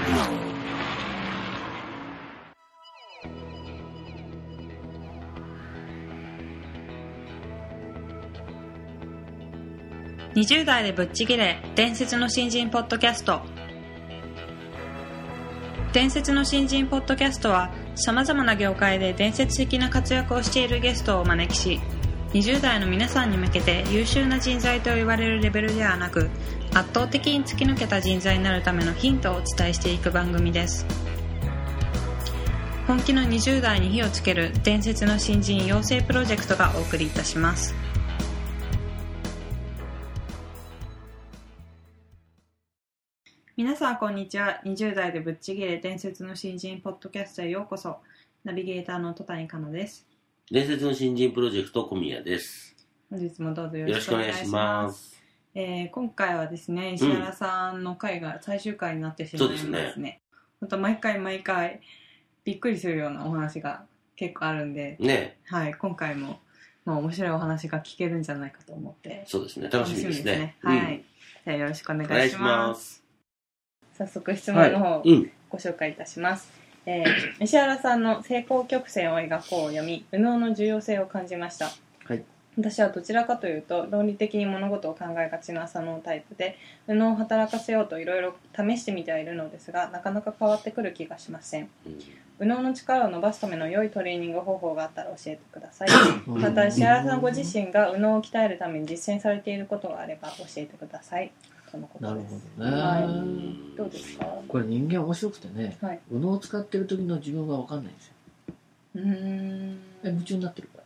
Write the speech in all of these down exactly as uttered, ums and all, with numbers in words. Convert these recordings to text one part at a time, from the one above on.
にじゅう代でぶっちぎれ伝説の新人ポッドキャスト。伝説の新人ポッドキャストはさまざまな業界で伝説的な活躍をしているゲストをお招きし、にじゅう代の皆さんに向けて優秀な人材と言われるレベルではなく、圧倒的に突き抜けた人材になるためのヒントをお伝えしていく番組です。本気のにじゅう代に火をつける伝説の新人養成プロジェクトがお送りいたします。皆さんこんにちは。にじゅう代でぶっちぎれ伝説の新人ポッドキャストへようこそ。ナビゲーターの戸谷香奈です。 伝説の新人プロジェクト小宮です。 本日もどうぞよろしくお願いします。よろしくお願いします。えー、今回はですね、石原さんの回が最終回になってしまいますね。うん、そうですね。本当毎回毎回びっくりするようなお話が結構あるんで、ね、はい、今回も、まあ、面白いお話が聞けるんじゃないかと思って。 そうですね、楽しみですね。ですね、 はい、うん、じゃあよろしくお願いします。お願いします。早速質問の方をご紹介いたします。はい、うん、えー、石原さんの成功曲線を描こうを読み、右脳の重要性を感じました。はい、私はどちらかというと論理的に物事を考えがちな左脳タイプで、右脳を働かせようといろいろ試してみてはいるのですが、なかなか変わってくる気がしません。うん、右脳の力を伸ばすための良いトレーニング方法があったら教えてください。また石原さんご自身が右脳を鍛えるために実践されていることがあれば教えてください。なるほどね、はい、 どうですか？ これ人間面白くてね、はい、右脳を使ってる時の自分が分かんないんですよ。うーん、夢中になってるから。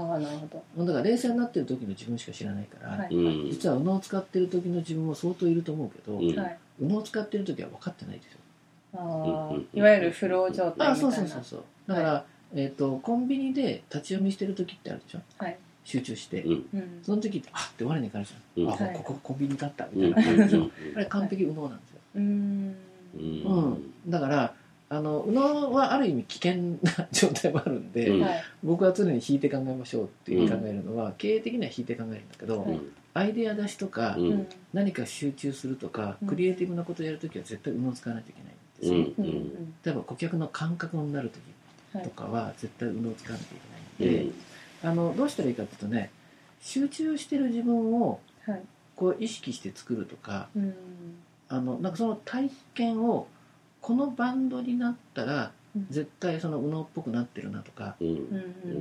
ああ、なるほど。 だから冷静になってる時の自分しか知らないから、はい、実は右脳を使ってる時の自分も相当いると思うけど、はい、右脳を使ってる時は分かってないですよ。 あ、いわゆるフロー状態みたいな。あ、 そうそうそうそう。だから、はい、えーと、コンビニで立ち読みしてる時ってあるでしょ。はい、集中して、うん、その時ってあって我に返るじゃん、うん、あ、はい、ここコンビニだったみたいな、うん、あれ完璧右脳なんですよ。うん、うん、だからあの右脳はある意味危険な状態もあるんで、うん、僕は常に引いて考えましょうっていう考えるのは、うん、経営的には引いて考えるんだけど、うん、アイデア出しとか、うん、何か集中するとか、うん、クリエイティブなことをやるときは絶対右脳を使わないといけないんですよ。うん、例えば顧客の感覚になるときとかは絶対右脳を使わなきゃいけないんで、うん、あのどうしたらいいかっていうとね、集中してる自分をこう意識して作るとか、はい、あのなんかその体験をこのバンドになったら絶対その右脳っぽくなってるなとか、うん、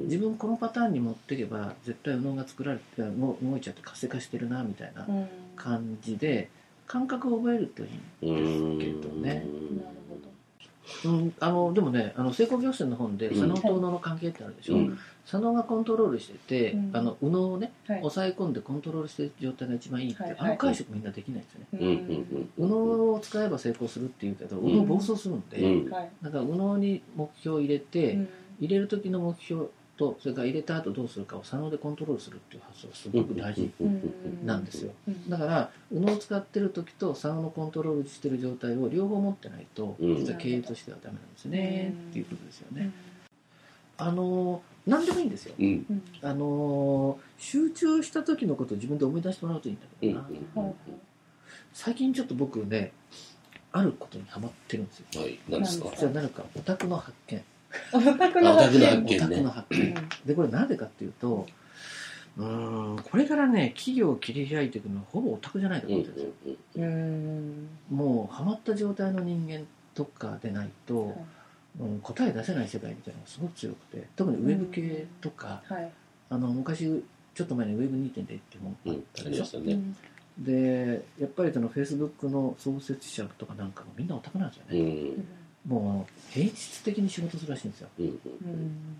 自分このパターンに持っていけば絶対右脳が作られて動いちゃって活性化してるなみたいな感じで感覚を覚えるといいんですけどね。なるほど。うん、あのでもね、あの成功曲線の本で左脳と右脳の関係ってあるでしょ、うん、左脳がコントロールしてて、うん、あの右脳をね、はい、抑え込んでコントロールしてる状態が一番いいって、はい、あの解釈みんなできないんですよね、はいはい、右脳を使えば成功するっていうけど右脳暴走するんで、うん、だから右脳に目標を入れて、うん、入れる時の目標とそれから入れた後どうするかを左脳でコントロールするっていう発想がすごく大事なんですよ。だから右脳を使ってる時と左脳のコントロールしてる状態を両方持ってないと実は経営としてはダメなんですねっていうことですよね。あの何でもいいんですよ、うん、あの集中した時のことを自分で思い出してもらうといいんだけどな、うんうん、最近ちょっと僕ねあることにハマってるんですよ。はい、何ですか？じゃあ何かオタクの発見。 オタクの発見。 オタクの発見。でこれなんでかっていうと、うーんこれからね企業を切り開いていくのはほぼオタクじゃないかと思ってるんですよ。うーんもうハマった状態の人間とかでないと、はい、うん、答え出せない世界みたいなのがすごく強くて、特にウェブ系とか、はい、あの昔ちょっと前にウェブ にてんゼロ って本があったでしょ、うん、でやっぱりそのフェイスブックの創設者とかなんかもみんなオタクなんですよね、うん、もう平日的に仕事するらしいんですよ、うん、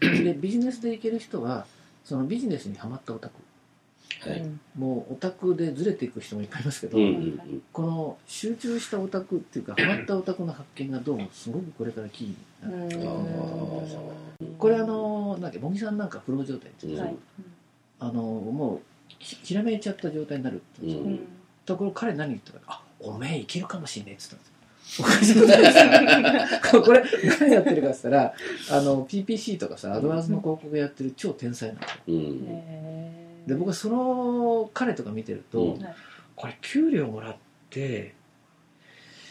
でビジネスで行ける人はそのビジネスにハマったオタク、はい、もうオタクでずれていく人もいっぱいいますけど、うんうんうん、この集中したオタクっていうかハマったオタクの発見がどうもすごくこれからキーになっていると思うんですよ。これあのなんか茂木さんなんかフロー状態っていうんですよ、はい、あのもうひらめいちゃった状態になるって言うんですよ、うん、ところ彼何言ったか、あおめえいけるかもしれねえって言ったんですよ。これ何やってるかって言ったらあの ピーピーシー とかさアドワンスの広告やってる超天才なんですよ、うん、で僕はその彼とか見てると、うん、これ給料もらって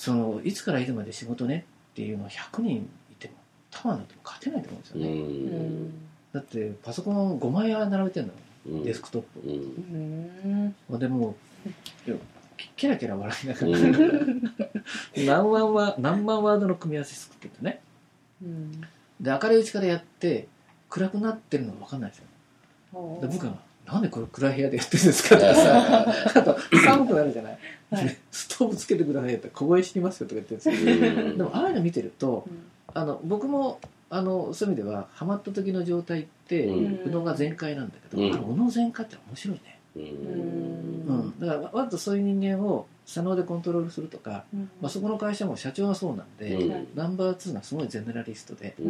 そのいつからいつまで仕事ねっていうのはひゃくにんいてもタワーになっても勝てないと思うんですよね。うんだってパソコンごまい並べてるの、うん、デスクトップ、うんうん、でもキラキラ笑いながら、うん、何万ワ何万ワードの組み合わせ作っててね、うん、で明るいうちからやって暗くなってるのが分かんないですよ。で部下がなんでこれ暗い部屋でやってるんですかとかさあと寒くなるじゃない、はい、ストーブつけてくださいって小声してますよとか言ってるんですけどでもああいうの見てると、うん、あの僕もあのそういう意味ではハマった時の状態って右脳、うん、が全開なんだけど、うん、あの右脳全開って面白いね、うんうん、だからわざとそういう人間を左脳でコントロールするとか、うんまあ、そこの会社も社長がそうなんで、うん、ナンバーツーがすごいゼネラリストで、うん、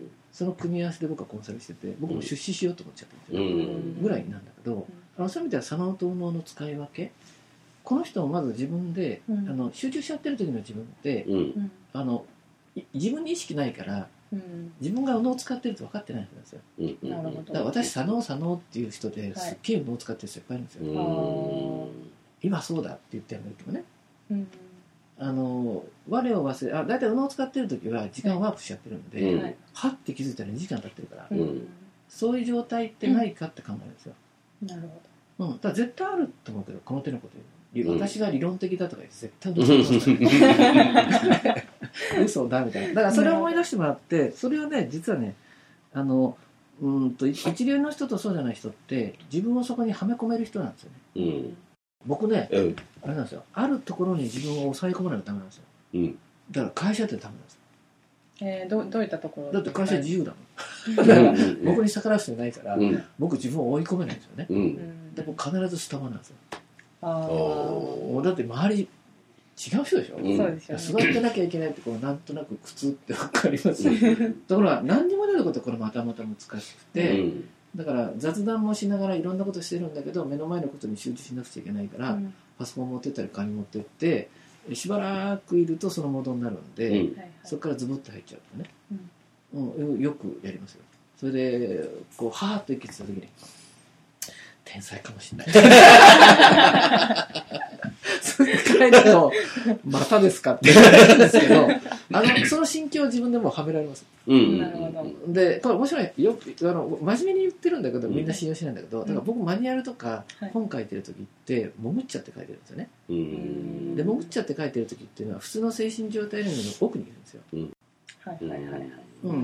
その組み合わせで僕はコンサルしてて僕も出資しようと思っちゃったんですよ、うん、ぐらいなんだけど、あのそういう意味では左脳と右脳の使い分けこの人もまず自分で、うん、あの集中しちゃってる時の自分って、うん、あの自分に意識ないからうん、自分が右脳を使ってると分かってないんですよ、うん、なるほど。だから私左脳左脳っていう人ですっげえ右脳を使ってる人いっぱいいるんですよ、はい、今そうだって言ってやるけどね、うん、あの我を忘れあだいたい右脳を使ってる時は時間ワープしちゃってるんで、はい、はって気づいたらにじかん経ってるから、うん、そういう状態ってないかって考えるんですよ、うん、なるほど、うん、だから絶対あると思うけどこの手のこと言う、うん、私が理論的だとか言って絶対嘘だ嘘だみたいな。だからそれを思い出してもらってそれはね実はねあのうんと一流の人とそうじゃない人って自分をそこにはめ込める人なんですよね、うん、僕ね、うん、あれなんですよあるところに自分を抑え込まないとダメなんですよ、うん、だから会社ってダメなんですよ、 えー、ど, どういったところだって会社自由だもんだから僕に逆らう人いないから、うん、僕自分を追い込めないんですよね、うん、で僕必ずスタバなんですよ。あだって周り違う人でしょ、うん、そうですよね、座ってなきゃいけないってこうなんとなく苦痛って分かりますところが何にもないことはこれまたまた難しくて、うん、だから雑談もしながらいろんなことしてるんだけど目の前のことに集中しなくちゃいけないから、うん、パソコン持ってったり紙持ってってしばらくいるとそのモードになるんで、うん、そこからズボッと入っちゃうとね、うんうん、よくやりますよ。それでこうハーッと息ついた時に天才かもしれないそれ帰るとまたですかって言われるんですけどあのその心境を自分でもはめられます、うん、なるほど。でこれ面白いよあの真面目に言ってるんだけどみんな信用しないんだけど、うん、だから僕マニュアルとか本書いてる時って潜っちゃって書いてるんですよね、うん、で潜っちゃって書いてる時っていうのは普通の精神状態の奥にいるんですよ、うん、はいはいはいはい、うん、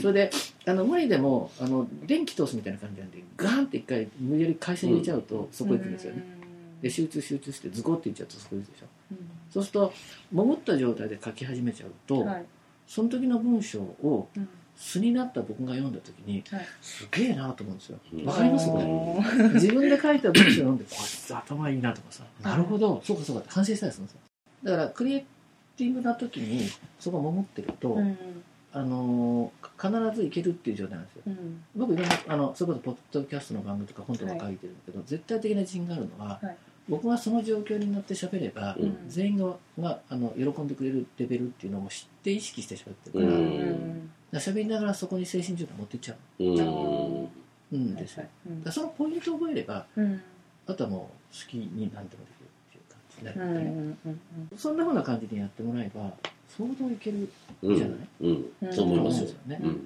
それであの無理でもあの電気通すみたいな感じなんでガーンって一回無理やり回線入れちゃうとそこ行くんですよね、で集中集中してズコっていっちゃうとそこ行くでしょ、うん、そうすると潜った状態で書き始めちゃうと、はい、その時の文章を素になった僕が読んだ時に、はい、すげえなと思うんですよ。わかりますこれ自分で書いた文章を読んでこいつ頭いいなとかさ、なるほどそうかそうかって反省したりするんですよ。だからクリエイティブな時にそこを潜ってると、うん、あの必ずいけるっていう状態なんですよ、うん、僕いろんなあのそれこそポッドキャストの番組とか本とか書いてるんだけど、はい、絶対的な自信があるのは、はい、僕がその状況になって喋れば、うん、全員ががあの喜んでくれるレベルっていうのを知って意識して喋ってるから、うん、だから喋りながらそこに精神状態持っていっちゃう、うん、うんですよ、うん、だそのポイントを覚えれば、うん、あとはもう好きに何でもできるっていう感じになるので、ね、うんうんうん、そんなふうな感じでやってもらえば相当いけるじゃない、 うんうん、そう思いますよね、うん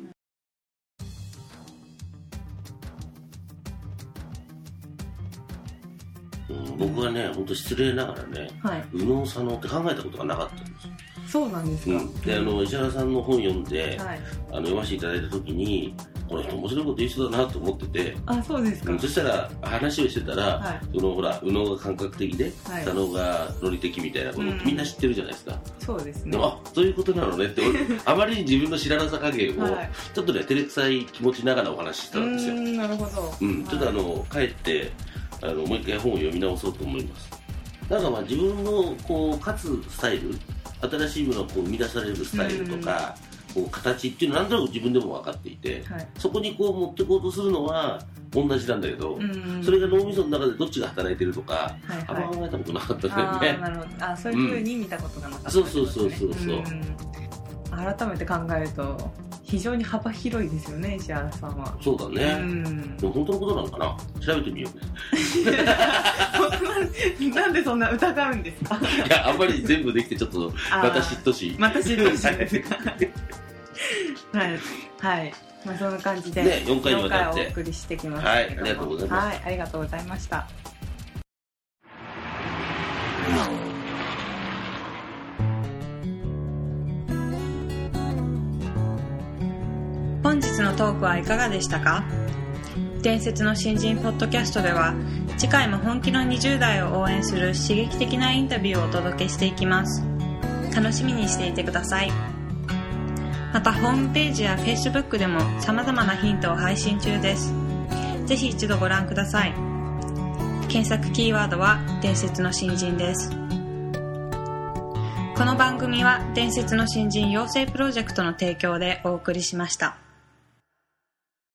うん、僕はね本当失礼ながらね、はい、右脳左脳って考えたことがなかったんですよ。 そうなんですか、うん、 であの石原さんの本読んで、はい、あの読ませていただいた時にこの人面白いこと言う人だなと思ってて、 あそうですか、 うん、そしたら話をしてたら、はい、そのほら右脳が感覚的で、はい、左脳が論理的みたいなことってみんな知ってるじゃないですか、 うん、そうですね。 でもあそういうことなのねってあまりに自分の知らなさ加減を、はい、ちょっとね照れくさい気持ちながらお話ししてたんですよ。 うんなるほど、 うん、ちょっとあの、はい、帰ってあのもう一回本を読み直そうと思います。だからまあ自分のこう勝つスタイル新しいものをこう生み出されるスタイルとか、こう形っていうのはなんとなく自分でも分かっていて、はい、そこにこう持っていこうとするのは同じなんだけど、それが脳みその中でどっちが働いてるとか、はいはい、あんま考えたことなかったんだよね。 あなるほど、あそういうふうに見たことがなかった、 うん、そうそうそうそうそう、 改めて考えると非常に幅広いですよね、石原さんは。 そうだね、うん、でも本当のことなのかな、調べてみようねなんでそんな疑うんですか。 いや、あんまり全部できてちょっとまた嫉妬しまた嫉妬しですかはい、はい、まあ、そんな感じで、 ね、よんかいにわたってお送りしてきましたけども、 はい、ありがとうございます。 はい、ありがとうございました。本日のトークはいかがでしたか？伝説の新人ポッドキャストでは、次回も本気のにじゅう代を応援する刺激的なインタビューをお届けしていきます。楽しみにしていてください。またホームページや Facebook でも様々なヒントを配信中です。ぜひ一度ご覧ください。検索キーワードは伝説の新人です。この番組は伝説の新人養成プロジェクトの提供でお送りしました。